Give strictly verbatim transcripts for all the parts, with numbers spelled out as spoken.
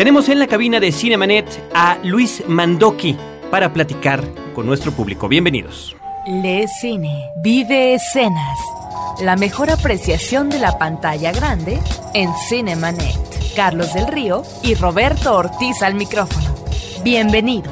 Tenemos en la cabina de Cinemanet a Luis Mandoki para platicar con nuestro público. Bienvenidos. Lee cine, vive escenas. La mejor apreciación de la pantalla grande en Cinemanet. Carlos del Río y Roberto Ortiz al micrófono. Bienvenidos.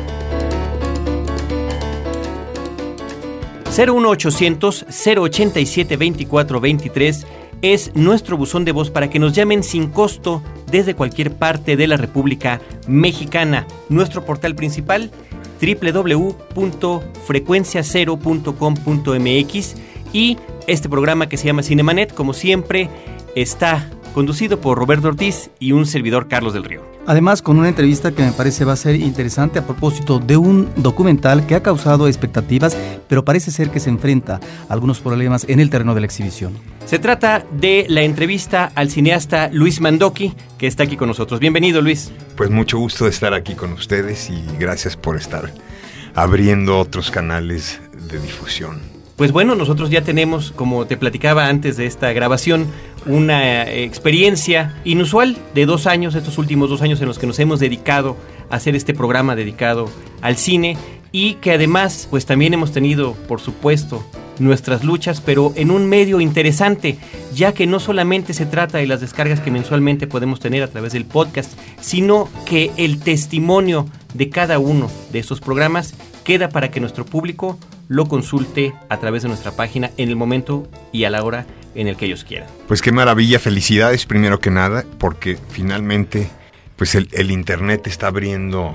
cero uno ochocientos, cero ochenta y siete, veinticuatro veintitrés es nuestro buzón de voz para que nos llamen sin costo desde cualquier parte de la República Mexicana. Nuestro portal principal, doble u doble u doble u punto frecuencia cero punto com punto m x, y este programa que se llama Cinemanet, como siempre, está conducido por Roberto Ortiz y un servidor, Carlos del Río. Además, con una entrevista que me parece va a ser interesante a propósito de un documental que ha causado expectativas, pero parece ser que se enfrenta a algunos problemas en el terreno de la exhibición. Se trata de la entrevista al cineasta Luis Mandoki, que está aquí con nosotros. Bienvenido, Luis. Pues mucho gusto de estar aquí con ustedes y gracias por estar abriendo otros canales de difusión. Pues bueno, nosotros ya tenemos, como te platicaba antes de esta grabación, una experiencia inusual de dos años, estos últimos dos años en los que nos hemos dedicado a hacer este programa dedicado al cine, y que además pues también hemos tenido, por supuesto, nuestras luchas, pero en un medio interesante, ya que no solamente se trata de las descargas que mensualmente podemos tener a través del podcast, sino que el testimonio de cada uno de estos programas queda para que nuestro público lo consulte a través de nuestra página en el momento y a la hora en el que ellos quieran. Pues qué maravilla, felicidades primero que nada, porque finalmente pues el, el internet está abriendo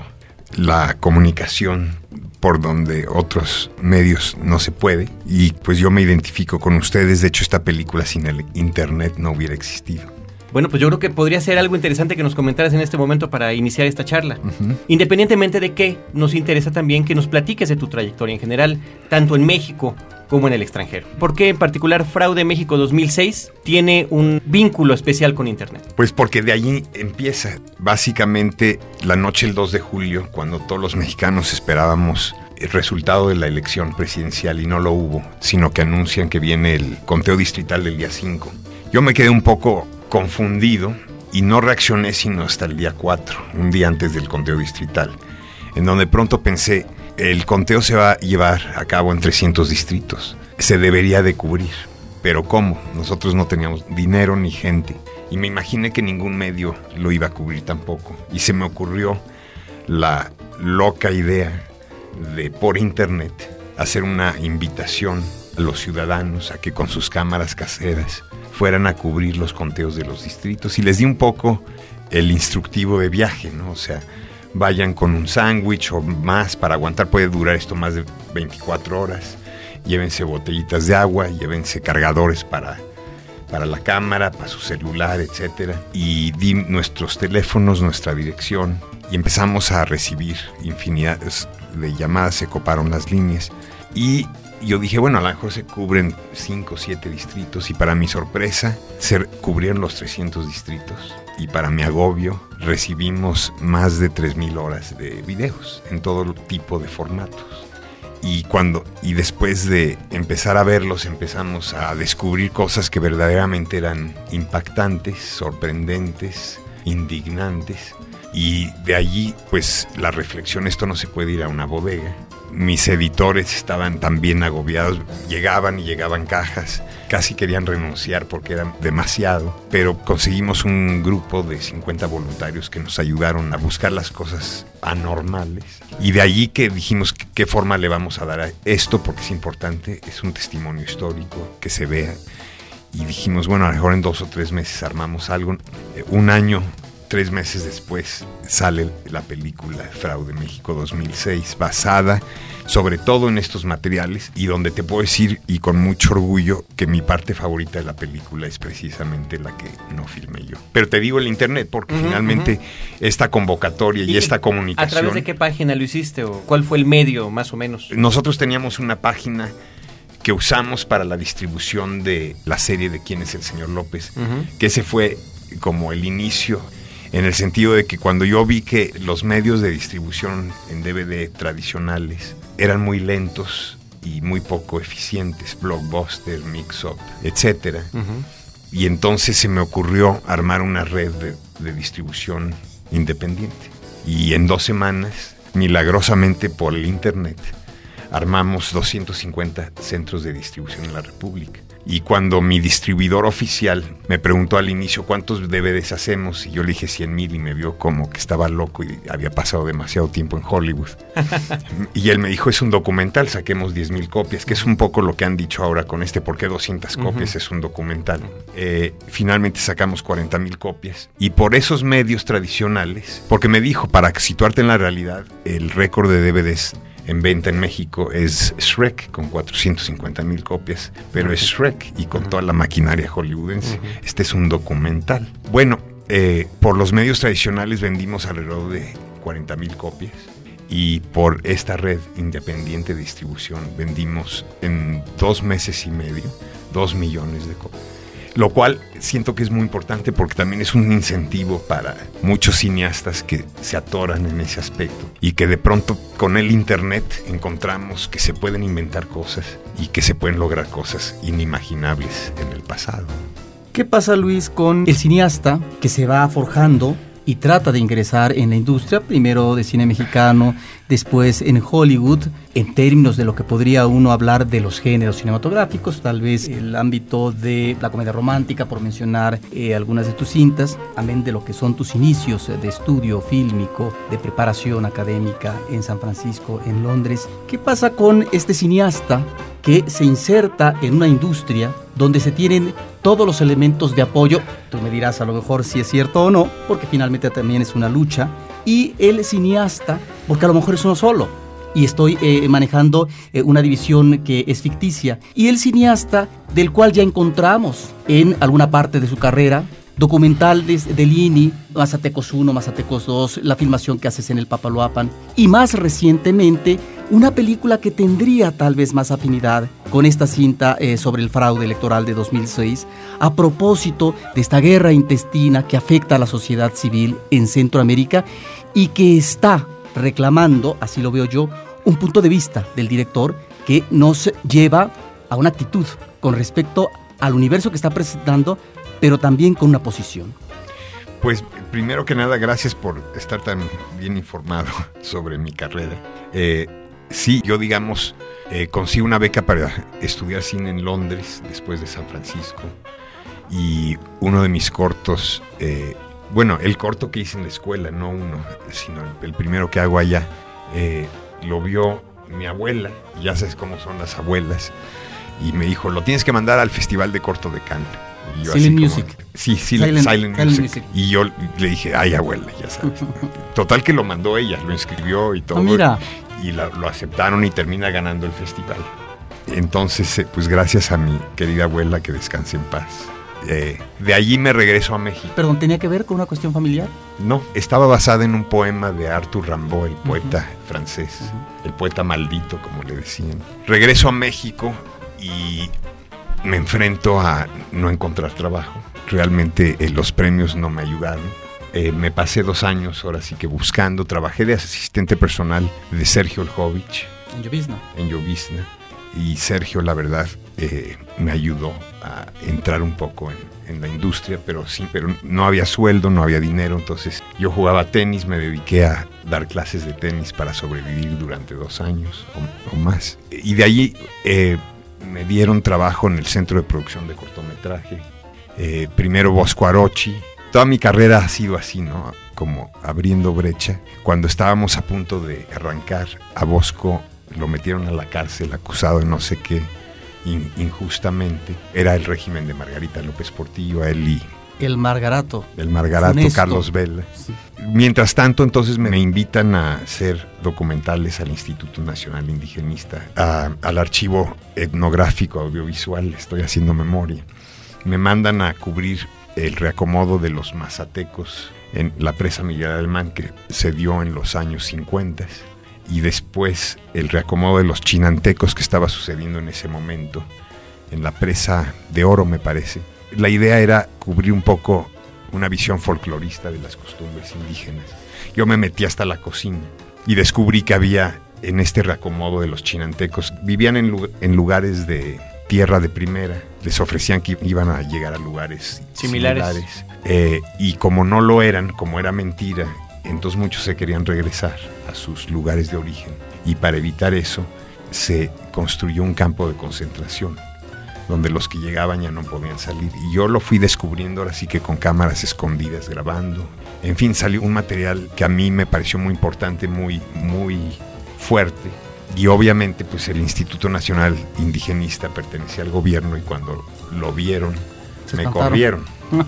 la comunicación por donde otros medios no se puede, y pues yo me identifico con ustedes. De hecho, esta película sin el internet no hubiera existido. Bueno, pues yo creo que podría ser algo interesante que nos comentaras en este momento para iniciar esta charla. Uh-huh. Independientemente de que nos interesa también que nos platiques de tu trayectoria en general, tanto en México como en el extranjero. ¿Por qué en particular Fraude México dos mil seis tiene un vínculo especial con Internet? Pues porque de allí empieza básicamente la noche del dos de julio, cuando todos los mexicanos esperábamos el resultado de la elección presidencial y no lo hubo, sino que anuncian que viene el conteo distrital del día cinco. Yo me quedé un poco confundido y no reaccioné sino hasta el día cuatro, un día antes del conteo distrital, en donde pronto pensé, el conteo se va a llevar a cabo en trescientos distritos, se debería de cubrir, pero ¿cómo? Nosotros no teníamos dinero ni gente, y me imaginé que ningún medio lo iba a cubrir tampoco, y se me ocurrió la loca idea de por internet hacer una invitación a los ciudadanos a que con sus cámaras caseras fueran a cubrir los conteos de los distritos, y les di un poco el instructivo de viaje, ¿no? O sea, vayan con un sándwich o más para aguantar, puede durar esto más de veinticuatro horas, llévense botellitas de agua, llévense cargadores para, para la cámara, para su celular, etcétera, y di nuestros teléfonos, nuestra dirección, y empezamos a recibir infinidades de llamadas, se coparon las líneas, y yo dije, bueno, a lo mejor se cubren cinco o siete distritos, y para mi sorpresa se cubrieron los trescientos distritos, y para mi agobio recibimos más de tres mil horas de videos en todo tipo de formatos. Y cuando y después de empezar a verlos, empezamos a descubrir cosas que verdaderamente eran impactantes, sorprendentes, indignantes. Y de allí, pues, la reflexión, esto no se puede ir a una bodega. Mis editores estaban también agobiados, llegaban y llegaban cajas, casi querían renunciar porque eran demasiado, pero conseguimos un grupo de cincuenta voluntarios que nos ayudaron a buscar las cosas anormales, y de allí que dijimos qué forma le vamos a dar a esto, porque es importante, es un testimonio histórico que se vea, y dijimos, bueno, a lo mejor en dos o tres meses armamos algo. Un año, tres meses después sale la película Fraude México dos mil seis, basada sobre todo en estos materiales, y donde te puedo decir, y con mucho orgullo, que mi parte favorita de la película es precisamente la que no filmé yo. Pero te digo el internet, porque uh-huh, finalmente uh-huh. esta convocatoria y, y esta comunicación... ¿A través de qué página lo hiciste o cuál fue el medio más o menos? Nosotros teníamos una página que usamos para la distribución de la serie de ¿Quién es el señor López? Uh-huh. Que ese fue como el inicio, en el sentido de que cuando yo vi que los medios de distribución en D V D tradicionales eran muy lentos y muy poco eficientes, Blockbuster, Mix-Up, etcétera, uh-huh. y entonces se me ocurrió armar una red de, de distribución independiente. Y en dos semanas, milagrosamente por el internet, armamos doscientos cincuenta centros de distribución en la República. Y cuando mi distribuidor oficial me preguntó al inicio cuántos D V Ds hacemos, y yo le dije cien mil, y me vio como que estaba loco y había pasado demasiado tiempo en Hollywood. Y él me dijo, es un documental, saquemos diez mil copias, que es un poco lo que han dicho ahora con este, ¿por qué doscientas copias? Uh-huh. Es un documental. Eh, finalmente sacamos cuarenta mil copias. Y por esos medios tradicionales, porque me dijo, para situarte en la realidad, el récord de D V Ds en venta en México es Shrek, con cuatrocientas cincuenta mil copias, pero es Shrek y con toda la maquinaria hollywoodense. Uh-huh. Este es un documental. Bueno, eh, por los medios tradicionales vendimos alrededor de cuarenta mil copias, y por esta red independiente de distribución vendimos en dos meses y medio dos millones de copias. Lo cual siento que es muy importante porque también es un incentivo para muchos cineastas que se atoran en ese aspecto y que de pronto con el internet encontramos que se pueden inventar cosas y que se pueden lograr cosas inimaginables en el pasado. ¿Qué pasa, Luis, con el cineasta que se va forjando y trata de ingresar en la industria, primero de cine mexicano, después en Hollywood, en términos de lo que podría uno hablar de los géneros cinematográficos, tal vez el ámbito de la comedia romántica, por mencionar eh, algunas de tus cintas, amén de lo que son tus inicios de estudio fílmico, de preparación académica en San Francisco, en Londres? ¿Qué pasa con este cineasta que se inserta en una industria donde se tienen todos los elementos de apoyo? Tú me dirás a lo mejor si es cierto o no, porque finalmente también es una lucha. Y el cineasta, porque a lo mejor es uno solo, y estoy eh, manejando eh, una división que es ficticia. Y el cineasta del cual ya encontramos en alguna parte de su carrera documentales de Lini, Mazatecos uno, Mazatecos dos, la filmación que haces en el Papaloapan, y más recientemente una película que tendría tal vez más afinidad con esta cinta eh, sobre el fraude electoral de dos mil seis, a propósito de esta guerra intestina que afecta a la sociedad civil en Centroamérica y que está reclamando, así lo veo yo, un punto de vista del director que nos lleva a una actitud con respecto al universo que está presentando, pero también con una posición. Pues primero que nada, gracias por estar tan bien informado sobre mi carrera. Eh, sí, yo digamos, eh, consigo una beca para estudiar cine en Londres, después de San Francisco, y uno de mis cortos, eh, bueno, el corto que hice en la escuela, no uno, sino el, el primero que hago allá, eh, lo vio mi abuela, ya sabes cómo son las abuelas, y me dijo, lo tienes que mandar al Festival de Corto de Cannes. Y yo Silent así Music. Como, sí, Silent, Silent, Silent, Silent Music. Music. Y yo le dije, ay, abuela, ya sabes. Total que lo mandó ella, lo inscribió y todo. Oh, mira. Y la, lo aceptaron y termina ganando el festival. Entonces, pues gracias a mi querida abuela, que descanse en paz. Eh, de allí me regreso a México. Perdón, ¿tenía que ver con una cuestión familiar? No, estaba basada en un poema de Arthur Rimbaud, el poeta uh-huh. francés, uh-huh. el poeta maldito, como le decían. Regreso a México y me enfrento a no encontrar trabajo. Realmente eh, los premios no me ayudaron. Eh, me pasé dos años, ahora sí que buscando. Trabajé de asistente personal de Sergio Oljovich. En Llovizna. En Llovizna. Y Sergio, la verdad, eh, me ayudó a entrar un poco en, en la industria, pero sí, pero no había sueldo, no había dinero. Entonces yo jugaba tenis, me dediqué a dar clases de tenis para sobrevivir durante dos años o, o más. Y de allí eh, me dieron trabajo en el Centro de Producción de Cortometraje. Eh, primero Bosco Arochi. Toda mi carrera ha sido así, ¿no? Como abriendo brecha. Cuando estábamos a punto de arrancar, a Bosco lo metieron a la cárcel acusado de no sé qué, in, injustamente. Era el régimen de Margarita López Portillo, a él y... El Margarato. El Margarato, Funesto. Carlos Vela. Sí. Mientras tanto, entonces me invitan a hacer documentales al Instituto Nacional Indigenista, a, al Archivo Etnográfico Audiovisual, estoy haciendo memoria. Me mandan a cubrir el reacomodo de los mazatecos en la presa Miguel Alemán, que se dio en los años cincuenta, y después el reacomodo de los chinantecos que estaba sucediendo en ese momento, en la presa de Oro, me parece. La idea era cubrir un poco una visión folclorista de las costumbres indígenas. Yo me metí hasta la cocina y descubrí que había en este reacomodo de los chinantecos, vivían en, en lugares de tierra de primera, les ofrecían que iban a llegar a lugares similares, similares eh, y como no lo eran, como era mentira, entonces muchos se querían regresar a sus lugares de origen, y para evitar eso se construyó un campo de concentración donde los que llegaban ya no podían salir, y yo lo fui descubriendo ahora sí que con cámaras escondidas grabando. En fin, salió un material que a mí me pareció muy importante, muy, muy fuerte. Y obviamente pues el Instituto Nacional Indigenista pertenecía al gobierno, y cuando lo vieron Se me espantaron. corrieron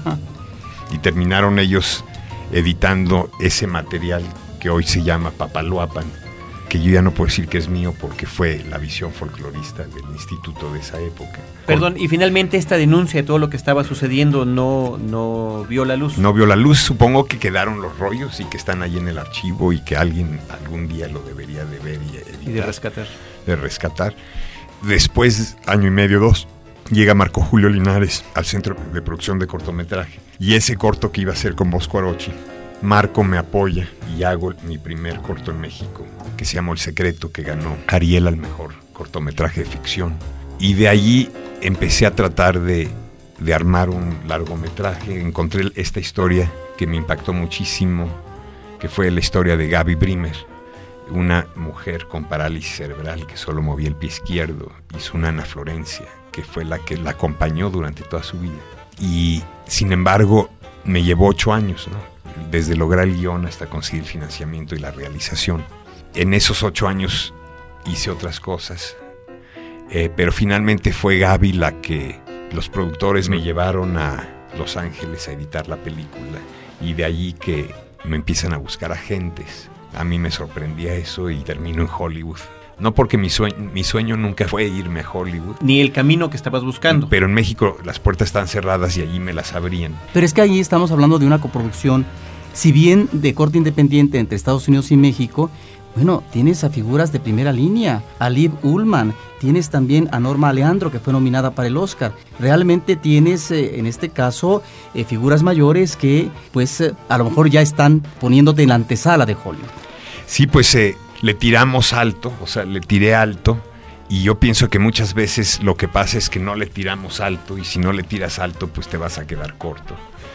y terminaron ellos editando ese material que hoy se llama Papaloapan, que yo ya no puedo decir que es mío porque fue la visión folclorista del instituto de esa época. Perdón, y finalmente esta denuncia de todo lo que estaba sucediendo no, no vio la luz. No vio la luz, supongo que quedaron los rollos y que están ahí en el archivo y que alguien algún día lo debería de ver y editar, Y de rescatar. de rescatar. Después, año y medio, dos, llega Marco Julio Linares al Centro de Producción de Cortometraje, y ese corto que iba a ser con Bosco Arochi, Marco me apoya y hago mi primer corto en México, que se llamó El Secreto, que ganó Ariel al mejor cortometraje de ficción. Y de allí empecé a tratar de, de armar un largometraje. Encontré esta historia que me impactó muchísimo, que fue la historia de Gaby Brimer, una mujer con parálisis cerebral que solo movía el pie izquierdo, y su nana Florencia, que fue la que la acompañó durante toda su vida. Y sin embargo me llevó ocho años, ¿no? Desde lograr el guión hasta conseguir el financiamiento y la realización. En esos ocho años hice otras cosas, eh, pero finalmente fue Gaby la que los productores me llevaron a Los Ángeles a editar la película, y de allí que me empiezan a buscar agentes. A mí me sorprendía eso y termino en Hollywood. No porque mi sueño, mi sueño nunca fue irme a Hollywood. Ni el camino que estabas buscando. Pero en México las puertas están cerradas y allí me las abrían. Pero es que ahí estamos hablando de una coproducción, si bien de corte independiente entre Estados Unidos y México. Bueno, tienes a figuras de primera línea, a Liv Ullmann, tienes también a Norma Aleandro, que fue nominada para el Oscar. Realmente tienes, eh, en este caso, eh, figuras mayores que, pues, eh, a lo mejor ya están poniéndote en la antesala de Hollywood. Sí, pues eh, le tiramos alto, o sea, le tiré alto, y yo pienso que muchas veces lo que pasa es que no le tiramos alto, y si no le tiras alto, pues te vas a quedar corto.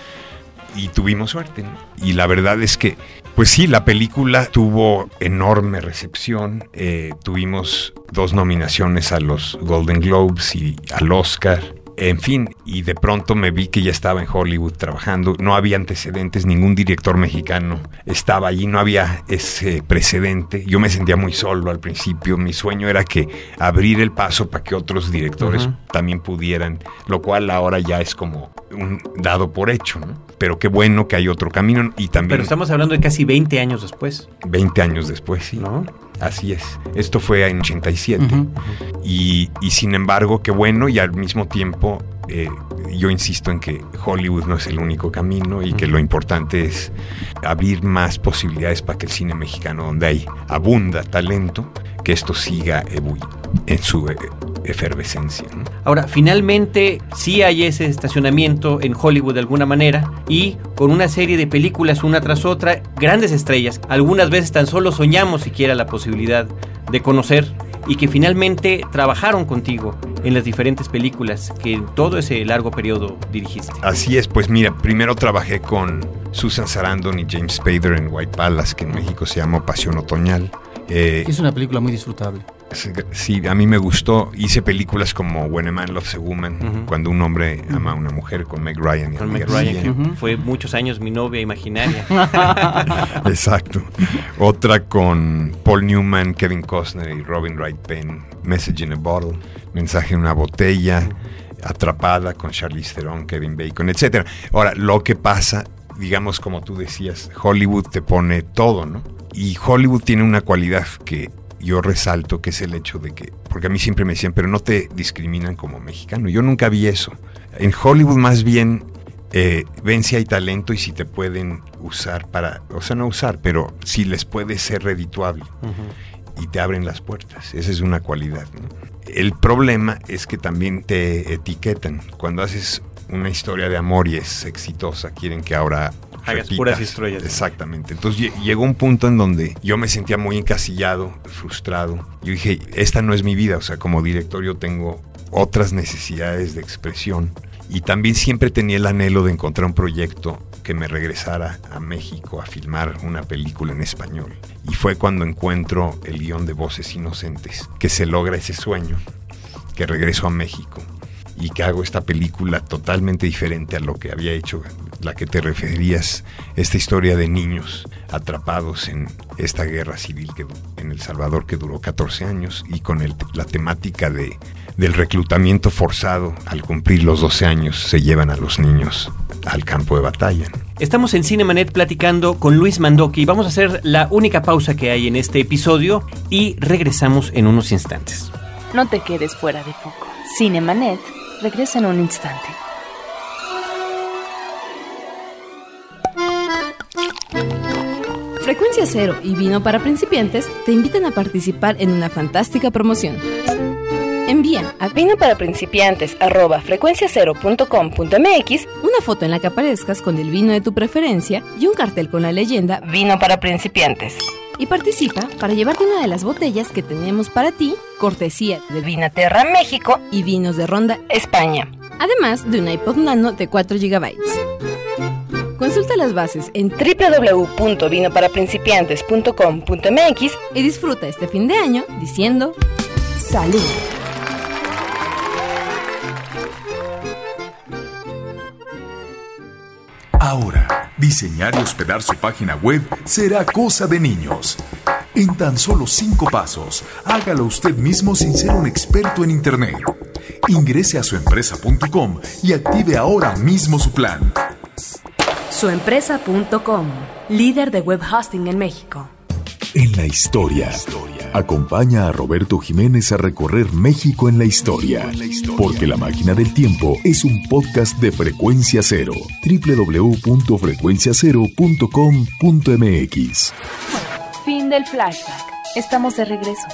Y tuvimos suerte, ¿no? Y la verdad es que, pues sí, la película tuvo enorme recepción. Eh, tuvimos dos nominaciones a los Golden Globes y al Oscar. En fin, y de pronto me vi que ya estaba en Hollywood trabajando. No había antecedentes, ningún director mexicano estaba allí, no había ese precedente. Yo me sentía muy solo al principio. Mi sueño era que abrir el paso para que otros directores uh-huh. también pudieran, lo cual ahora ya es como un dado por hecho, ¿no? Pero qué bueno que hay otro camino. Y también, pero estamos hablando de casi veinte años después. veinte años después, sí. ¿No? Así es. Esto fue en ochenta y siete. Uh-huh. Y, y sin embargo, qué bueno, y al mismo tiempo eh, yo insisto en que Hollywood no es el único camino, y uh-huh. que lo importante es abrir más posibilidades para que el cine mexicano, donde hay abunda talento, que esto siga ebu- en su eh, efervescencia, ¿no? Ahora, finalmente sí hay ese estacionamiento en Hollywood de alguna manera, y con una serie de películas una tras otra, grandes estrellas. Algunas veces tan solo soñamos siquiera la posibilidad de conocer, y que finalmente trabajaron contigo en las diferentes películas que en todo ese largo periodo dirigiste. Así es, pues mira, primero trabajé con Susan Sarandon y James Spader en White Palace, que en México se llamó Pasión Otoñal. Eh, es una película muy disfrutable. Sí, a mí me gustó. Hice películas como When a Man Loves a Woman, uh-huh. cuando un hombre ama a una mujer, con Meg Ryan y con Andy Meg García. Ryan, que uh-huh. fue muchos años mi novia imaginaria. Exacto. Otra con Paul Newman, Kevin Costner y Robin Wright Penn, Message in a Bottle, Mensaje en una botella, uh-huh. Atrapada con Charlize Theron, Kevin Bacon, etcétera. Ahora, lo que pasa, digamos, como tú decías, Hollywood te pone todo, ¿no? Y Hollywood tiene una cualidad que yo resalto, que es el hecho de que, porque a mí siempre me decían, pero no te discriminan como mexicano. Yo nunca vi eso. En Hollywood más bien eh, ven si hay talento y si te pueden usar para, o sea, no usar, pero si les puede ser redituable. Uh-huh. Y te abren las puertas. Esa es una cualidad, ¿no? El problema es que también te etiquetan. Cuando haces una historia de amor y es exitosa, quieren que ahora hagas puras historias. Exactamente. Entonces llegó un punto en donde yo me sentía muy encasillado, frustrado. Yo dije, esta no es mi vida. O sea, como director yo tengo otras necesidades de expresión. Y también siempre tenía el anhelo de encontrar un proyecto que me regresara a México a filmar una película en español. Y fue cuando encuentro el guión de Voces Inocentes, que se logra ese sueño, que regreso a México y que hago esta película totalmente diferente a lo que había hecho, la que te referías, esta historia de niños atrapados en esta guerra civil que, en El Salvador, que duró catorce años, y con el, la temática de, del reclutamiento forzado. Al cumplir los doce años se llevan a los niños al campo de batalla. Estamos en Cinemanet platicando con Luis Mandoki. Vamos a hacer la única pausa que hay en este episodio y regresamos en unos instantes. No te quedes fuera de foco. Cinemanet regresa en un instante. Frecuencia Cero y Vino para Principiantes te invitan a participar en una fantástica promoción. Envía a vinoparaprincipiantes arroba frecuencia cero punto com punto mx una foto en la que aparezcas con el vino de tu preferencia y un cartel con la leyenda Vino para Principiantes. Y participa para llevarte una de las botellas que tenemos para ti, cortesía de Vinaterra México y Vinos de Ronda España. Además de un iPod Nano de cuatro gigabytes. Consulta las bases en doble u doble u doble u punto vino para principiantes punto com punto mx y disfruta este fin de año diciendo ¡salud! Ahora, diseñar y hospedar su página web será cosa de niños. En tan solo cinco pasos, hágalo usted mismo sin ser un experto en Internet. Ingrese a su empresa punto com y active ahora mismo su plan. su empresa punto com, líder de web hosting en México. En la historia. Acompaña a Roberto Jiménez a recorrer México en la historia. Porque La Máquina del Tiempo es un podcast de Frecuencia Cero. doble u doble u doble u punto frecuencia cero punto com punto mx. Fin del flashback. Estamos de regreso.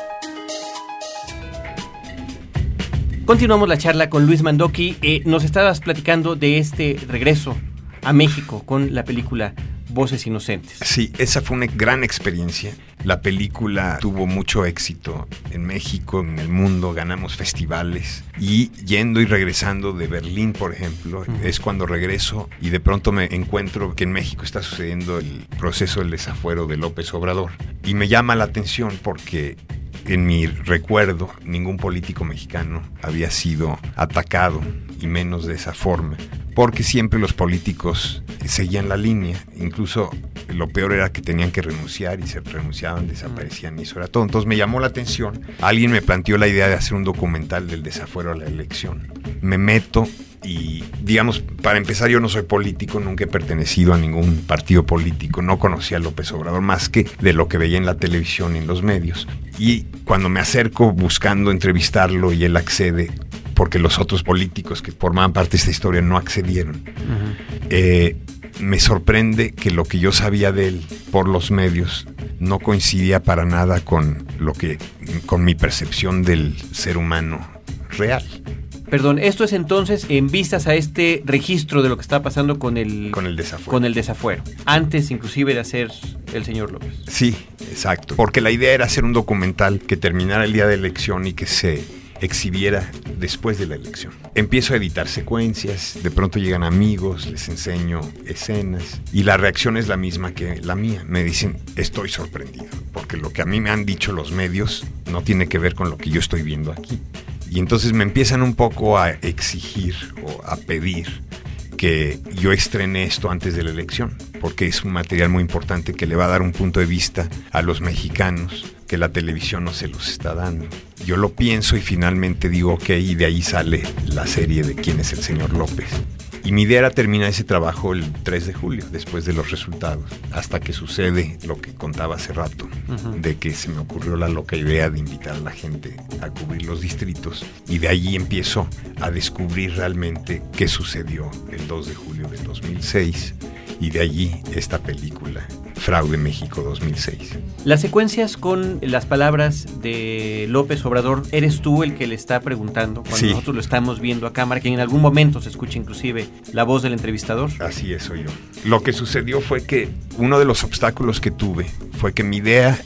Continuamos la charla con Luis Mandoki. Eh, nos estabas platicando de este regreso a México con la película Voces Inocentes. Sí, esa fue una gran experiencia. La película tuvo mucho éxito en México, en el mundo, ganamos festivales. Y yendo y regresando de Berlín, por ejemplo, uh-huh. es cuando regreso y de pronto me encuentro que en México está sucediendo el proceso del desafuero de López Obrador. Y me llama la atención porque en mi recuerdo ningún político mexicano había sido atacado, y menos de esa forma, porque siempre los políticos seguían la línea. Incluso lo peor era que tenían que renunciar y se renunciaban, desaparecían y eso era todo. Entonces me llamó la atención. Alguien me planteó la idea de hacer un documental del desafuero a la elección. Me meto y, digamos, para empezar, yo no soy político, nunca he pertenecido a ningún partido político, no conocía a López Obrador más que de lo que veía en la televisión y en los medios. Y cuando me acerco buscando entrevistarlo y él accede, porque los otros políticos que formaban parte de esta historia no accedieron, uh-huh. eh, me sorprende que lo que yo sabía de él por los medios no coincidía para nada con lo que, con mi percepción del ser humano real. Perdón, esto es entonces en vistas a este registro de lo que está pasando con el, con el desafuero. Con el desafuero, antes inclusive de hacer el señor López. Sí, exacto, porque la idea era hacer un documental que terminara el día de elección y que se exhibiera después de la elección. Empiezo a editar secuencias, de pronto llegan amigos, les enseño escenas y la reacción es la misma que la mía. Me dicen, estoy sorprendido, porque lo que a mí me han dicho los medios no tiene que ver con lo que yo estoy viendo aquí. Y entonces me empiezan un poco a exigir o a pedir que yo estrene esto antes de la elección, porque es un material muy importante que le va a dar un punto de vista a los mexicanos que la televisión no se los está dando. Yo lo pienso y finalmente digo ok, y de ahí sale la serie de quién es el señor López. Y mi idea era terminar ese trabajo el tres de julio, después de los resultados, hasta que sucede lo que contaba hace rato, uh-huh. de que se me ocurrió la loca idea de invitar a la gente a cubrir los distritos, y de allí empiezo a descubrir realmente qué sucedió el dos de julio del dos mil seis, y de allí esta película, Fraude México dos mil seis. Las secuencias con las palabras de López Obrador, ¿eres tú el que le está preguntando cuando sí. nosotros lo estamos viendo a cámara, que en algún momento se escucha inclusive la voz del entrevistador? Así es, soy yo. Lo que sucedió fue que uno de los obstáculos que tuve fue que mi idea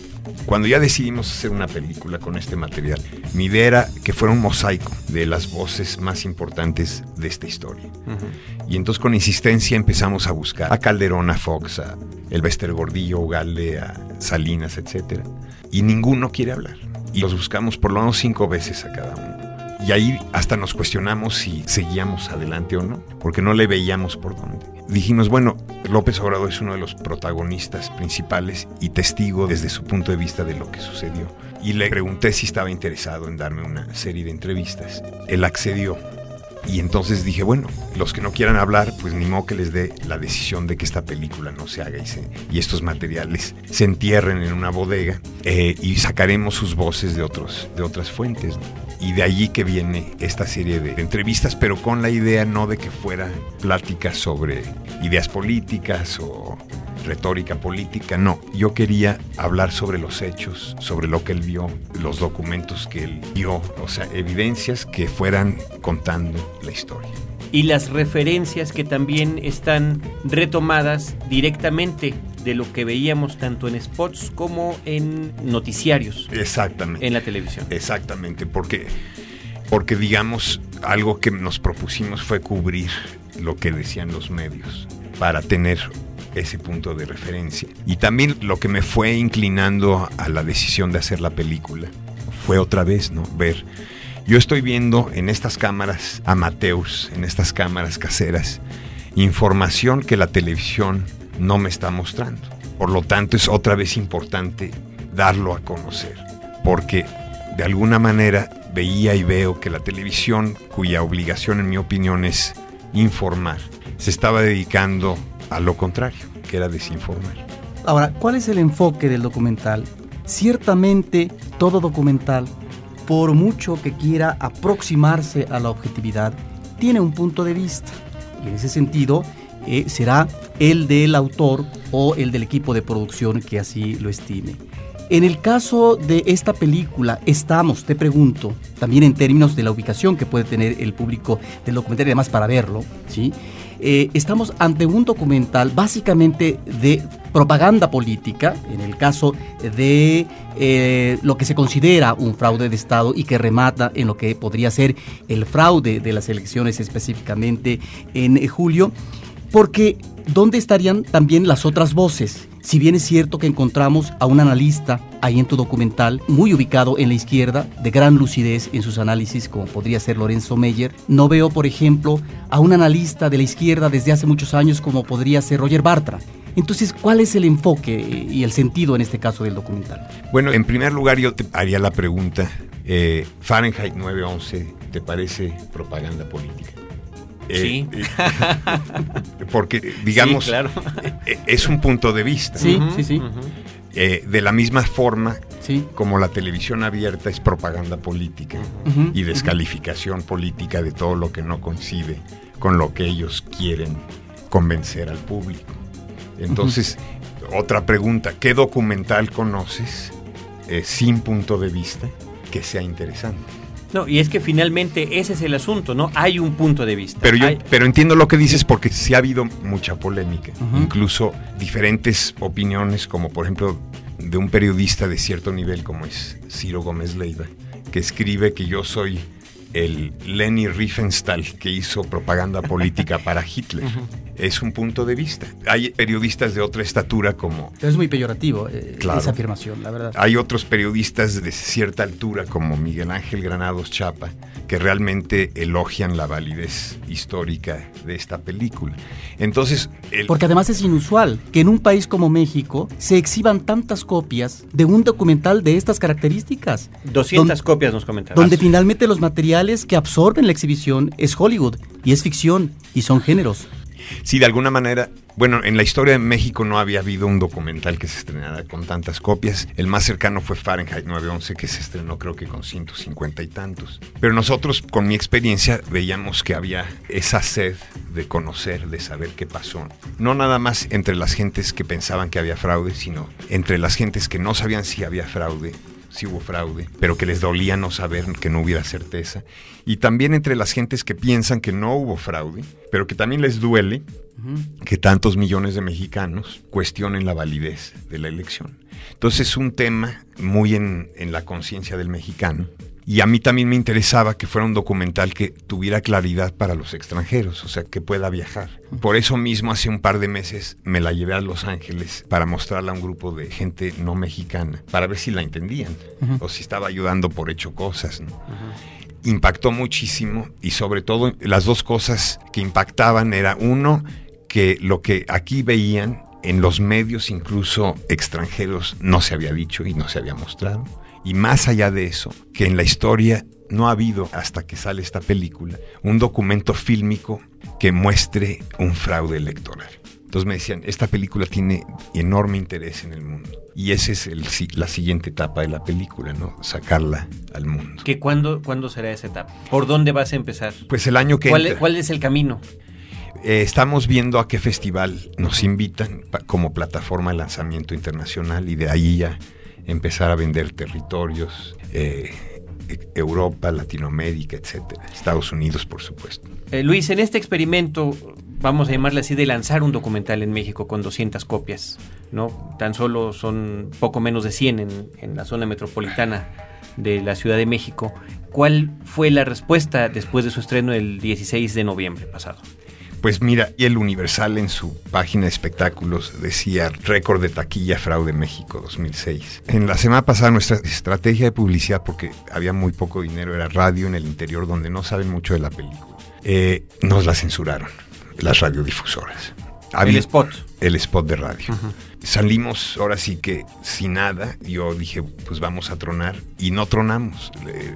Cuando ya decidimos hacer una película con este material, mi idea era que fuera un mosaico de las voces más importantes de esta historia. Uh-huh. Y entonces con insistencia empezamos a buscar a Calderón, a Fox, a Elbester Gordillo, Ugalde, a Salinas, etcétera. Y ninguno quiere hablar. Y los buscamos por lo menos cinco veces a cada uno. Y ahí hasta nos cuestionamos si seguíamos adelante o no, porque no le veíamos por dónde. Dijimos, bueno, López Obrador es uno de los protagonistas principales y testigo desde su punto de vista de lo que sucedió. Y le pregunté si estaba interesado en darme una serie de entrevistas. Él accedió. Y entonces dije, bueno, los que no quieran hablar, pues ni modo que les dé la decisión de que esta película no se haga y, se, y estos materiales se entierren en una bodega eh, y sacaremos sus voces de, otros, de otras fuentes, ¿no? Y de allí que viene esta serie de entrevistas, pero con la idea no de que fuera pláticas sobre ideas políticas o retórica política, no. Yo quería hablar sobre los hechos, sobre lo que él vio, los documentos que él vio, o sea, evidencias que fueran contando la historia. Y las referencias que también están retomadas directamente de lo que veíamos tanto en spots como en noticiarios. Exactamente. En la televisión. Exactamente, porque, porque digamos, algo que nos propusimos fue cubrir lo que decían los medios para tener ese punto de referencia. Y también lo que me fue inclinando a la decisión de hacer la película fue otra vez, ¿no? Ver, yo estoy viendo en estas cámaras amateurs, en estas cámaras caseras, información que la televisión no me está mostrando. Por lo tanto, es otra vez importante darlo a conocer, porque de alguna manera veía y veo que la televisión, cuya obligación en mi opinión es informar, se estaba dedicando a lo contrario, que era desinformar. Ahora, ¿cuál es el enfoque del documental? Ciertamente, todo documental, por mucho que quiera aproximarse a la objetividad, tiene un punto de vista. Y en ese sentido, eh, será el del autor o el del equipo de producción que así lo estime. En el caso de esta película, estamos, te pregunto, también en términos de la ubicación que puede tener el público del documental, y además para verlo, ¿sí? Eh, estamos ante un documental básicamente de propaganda política, en el caso de eh, lo que se considera un fraude de Estado y que remata en lo que podría ser el fraude de las elecciones específicamente en eh, julio, porque ¿dónde estarían también las otras voces? Si bien es cierto que encontramos a un analista ahí en tu documental, muy ubicado en la izquierda, de gran lucidez en sus análisis, como podría ser Lorenzo Meyer, no veo, por ejemplo, a un analista de la izquierda desde hace muchos años como podría ser Roger Bartra. Entonces, ¿cuál es el enfoque y el sentido en este caso del documental? Bueno, en primer lugar yo te haría la pregunta, eh, Fahrenheit nueve once, ¿te parece propaganda política? Sí. Eh, eh, porque, digamos, sí, claro. eh, es un punto de vista. Sí, uh-huh, sí, sí. Uh-huh. Eh, de la misma forma sí. como la televisión abierta es propaganda política uh-huh, y descalificación uh-huh. política de todo lo que no coincide con lo que ellos quieren convencer al público. Entonces, uh-huh. otra pregunta, ¿qué documental conoces eh, sin punto de vista que sea interesante? No, y es que finalmente ese es el asunto, ¿no? Hay un punto de vista. Pero yo Hay... pero entiendo lo que dices porque sí ha habido mucha polémica, uh-huh. incluso diferentes opiniones, como por ejemplo de un periodista de cierto nivel como es Ciro Gómez Leiva, que escribe que yo soy el Leni Riefenstahl que hizo propaganda política para Hitler. Uh-huh. Es un punto de vista. Hay periodistas de otra estatura como... Pero es muy peyorativo eh, claro. esa afirmación, la verdad. Hay otros periodistas de cierta altura como Miguel Ángel Granados Chapa que realmente elogian la validez histórica de esta película. Entonces... El... Porque además es inusual que en un país como México se exhiban tantas copias de un documental de estas características. doscientas donde, copias nos comentaron. Donde finalmente los materiales que absorben la exhibición es Hollywood y es ficción y son géneros. Sí, de alguna manera, bueno, en la historia de México no había habido un documental que se estrenara con tantas copias. El más cercano fue Fahrenheit nueve once, que se estrenó creo que con ciento cincuenta y tantos. Pero nosotros, con mi experiencia, veíamos que había esa sed de conocer, de saber qué pasó. No nada más entre las gentes que pensaban que había fraude, sino entre las gentes que no sabían si había fraude, sí hubo fraude, pero que les dolía no saber, que no hubiera certeza. Y también entre las gentes que piensan que no hubo fraude, pero que también les duele uh-huh. que tantos millones de mexicanos cuestionen la validez de la elección. Entonces es un tema muy en, en la conciencia del mexicano. Y a mí también me interesaba que fuera un documental que tuviera claridad para los extranjeros, o sea, que pueda viajar. Por eso mismo, hace un par de meses me la llevé a Los Ángeles para mostrarla a un grupo de gente no mexicana, para ver si la entendían, uh-huh. o si estaba ayudando por hecho cosas, ¿no? Uh-huh. Impactó muchísimo, y sobre todo las dos cosas que impactaban era, uno, que lo que aquí veían en los medios, incluso extranjeros, no se había dicho y no se había mostrado. Y más allá de eso, que en la historia no ha habido, hasta que sale esta película, un documento fílmico que muestre un fraude electoral. Entonces me decían, esta película tiene enorme interés en el mundo. Y esa es el, la siguiente etapa de la película, ¿no? Sacarla al mundo. ¿Que cuándo, ¿Cuándo será esa etapa? ¿Por dónde vas a empezar? Pues el año que ¿Cuál, entra. ¿Cuál es el camino? Eh, estamos viendo a qué festival nos invitan pa, como plataforma de lanzamiento internacional, y de ahí ya empezar a vender territorios, eh, Europa, Latinoamérica, etcétera. Estados Unidos, por supuesto. Eh, Luis, en este experimento, vamos a llamarle así, de lanzar un documental en México con doscientas copias, ¿no? Tan solo son poco menos de cien en, en la zona metropolitana de la Ciudad de México. ¿Cuál fue la respuesta después de su estreno el dieciséis de noviembre pasado? Pues mira, y el Universal en su página de espectáculos decía récord de taquilla Fraude México dos mil seis. En la semana pasada nuestra estrategia de publicidad, porque había muy poco dinero, era radio en el interior donde no saben mucho de la película. Eh, nos la censuraron, las radiodifusoras. Había, el spot. El spot de radio. Uh-huh. Salimos ahora sí que sin nada. Yo dije, pues vamos a tronar, y no tronamos.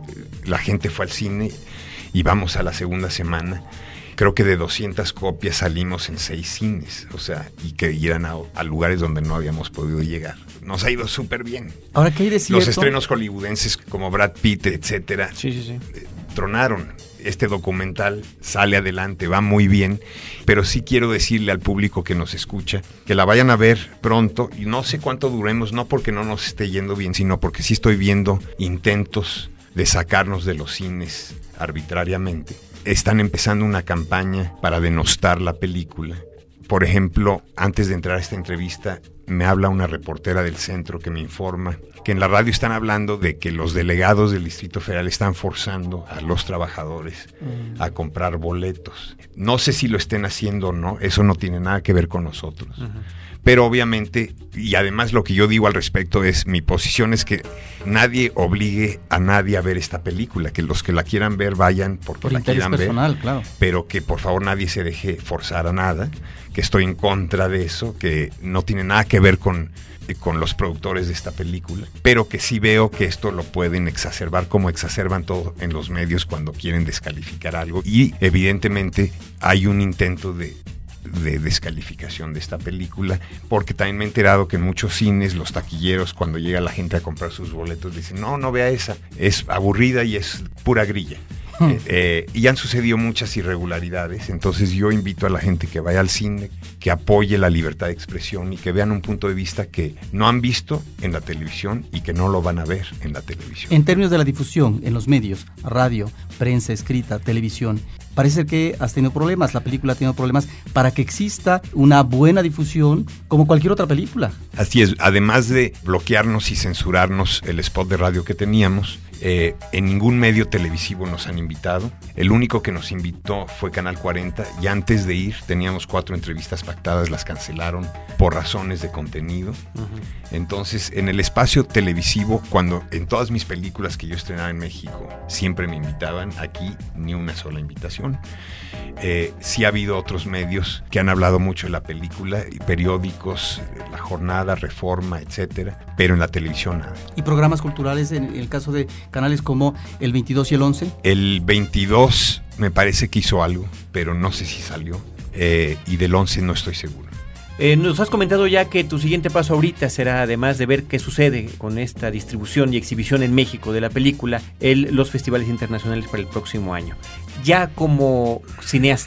La gente fue al cine y vamos a la segunda semana. Creo que de doscientas copias salimos en seis cines, o sea, y que iran a, a lugares donde no habíamos podido llegar. Nos ha ido súper bien. Ahora, ¿qué hay de cierto? Los estrenos hollywoodenses como Brad Pitt, etcétera, sí, sí, sí. Eh, tronaron. Este documental sale adelante, va muy bien, pero sí quiero decirle al público que nos escucha que la vayan a ver pronto, y no sé cuánto duremos, no porque no nos esté yendo bien, sino porque sí estoy viendo intentos de sacarnos de los cines arbitrariamente. Están empezando una campaña para denostar la película. Por ejemplo, antes de entrar a esta entrevista, me habla una reportera del centro que me informa que en la radio están hablando de que los delegados del Distrito Federal están forzando a los trabajadores mm. a comprar boletos. No sé si lo estén haciendo o no, eso no tiene nada que ver con nosotros. Uh-huh. Pero obviamente, y además lo que yo digo al respecto es, mi posición es que nadie obligue a nadie a ver esta película, que los que la quieran ver vayan porque por la quieran personal, ver, claro. Pero que por favor nadie se deje forzar a nada, que estoy en contra de eso, que no tiene nada que ver con, con los productores de esta película, pero que sí veo que esto lo pueden exacerbar como exacerban todo en los medios cuando quieren descalificar algo, y evidentemente hay un intento de de descalificación de esta película, porque también me he enterado que en muchos cines los taquilleros, cuando llega la gente a comprar sus boletos, dicen, no, no vea esa, es aburrida y es pura grilla. Hmm. Eh, eh, y han sucedido muchas irregularidades, entonces yo invito a la gente que vaya al cine, que apoye la libertad de expresión y que vean un punto de vista que no han visto en la televisión y que no lo van a ver en la televisión. En términos de la difusión en los medios, radio, prensa escrita, televisión, parece que has tenido problemas, la película ha tenido problemas para que exista una buena difusión como cualquier otra película. Así es, además de bloquearnos y censurarnos el spot de radio que teníamos, eh, en ningún medio televisivo nos han invitado. El único que nos invitó fue Canal cuarenta, y antes de ir teníamos cuatro entrevistas pactadas, las cancelaron por razones de contenido. Uh-huh. Entonces, en el espacio televisivo, cuando en todas mis películas que yo estrenaba en México siempre me invitaban, aquí ni una sola invitación. Eh, sí ha habido otros medios que han hablado mucho de la película, periódicos, La Jornada, Reforma, etcétera, pero en la televisión nada. ¿Y programas culturales en el caso de canales como el veintidós y el once? El veintidós me parece que hizo algo, pero no sé si salió, eh, y del once no estoy seguro. Eh, nos has comentado ya que tu siguiente paso ahorita será, además de ver qué sucede con esta distribución y exhibición en México de la película, el, los festivales internacionales para el próximo año. Ya como cineasta,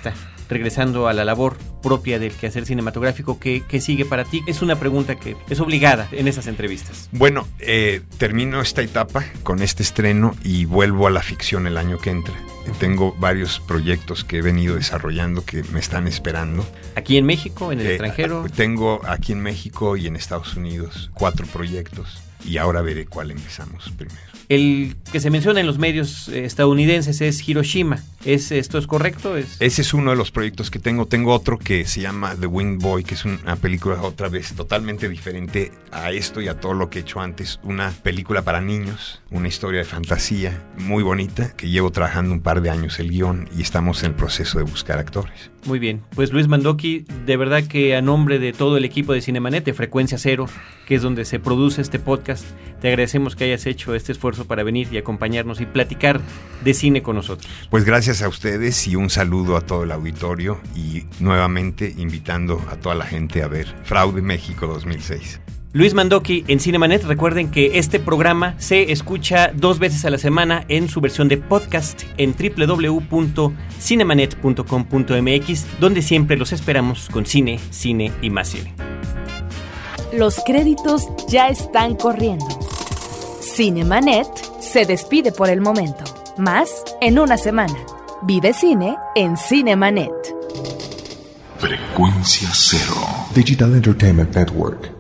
regresando a la labor propia del quehacer cinematográfico, ¿qué, qué sigue para ti? Es una pregunta que es obligada en esas entrevistas. Bueno, eh, termino esta etapa con este estreno y vuelvo a la ficción el año que entra. Tengo varios proyectos que he venido desarrollando que me están esperando. ¿Aquí en México, en el eh, extranjero? Tengo aquí en México y en Estados Unidos cuatro proyectos y ahora veré cuál empezamos primero. El que se menciona en los medios eh, estadounidenses es Hiroshima. ¿Es, ¿Esto es correcto? ¿Es... Ese es uno de los proyectos que tengo. Tengo otro que se llama The Winged Boy, que es una película otra vez totalmente diferente a esto y a todo lo que he hecho antes. Una película para niños, una historia de fantasía muy bonita, que llevo trabajando un par de años el guión y estamos en el proceso de buscar actores. Muy bien, pues Luis Mandoki, de verdad que a nombre de todo el equipo de Cinemanet, de Frecuencia Cero, que es donde se produce este podcast, te agradecemos que hayas hecho este esfuerzo para venir y acompañarnos y platicar de cine con nosotros. Pues gracias a ustedes y un saludo a todo el auditorio y nuevamente invitando a toda la gente a ver Fraude México dos mil seis. Luis Mandoki en Cinemanet. Recuerden que este programa se escucha dos veces a la semana en su versión de podcast en doble u doble u doble u punto cinemanet punto com punto m x, donde siempre los esperamos con cine, cine y más cine. Los créditos ya están corriendo. Cinemanet se despide por el momento. Más en una semana. Vive cine en Cinemanet. Frecuencia Cero. Digital Entertainment Network.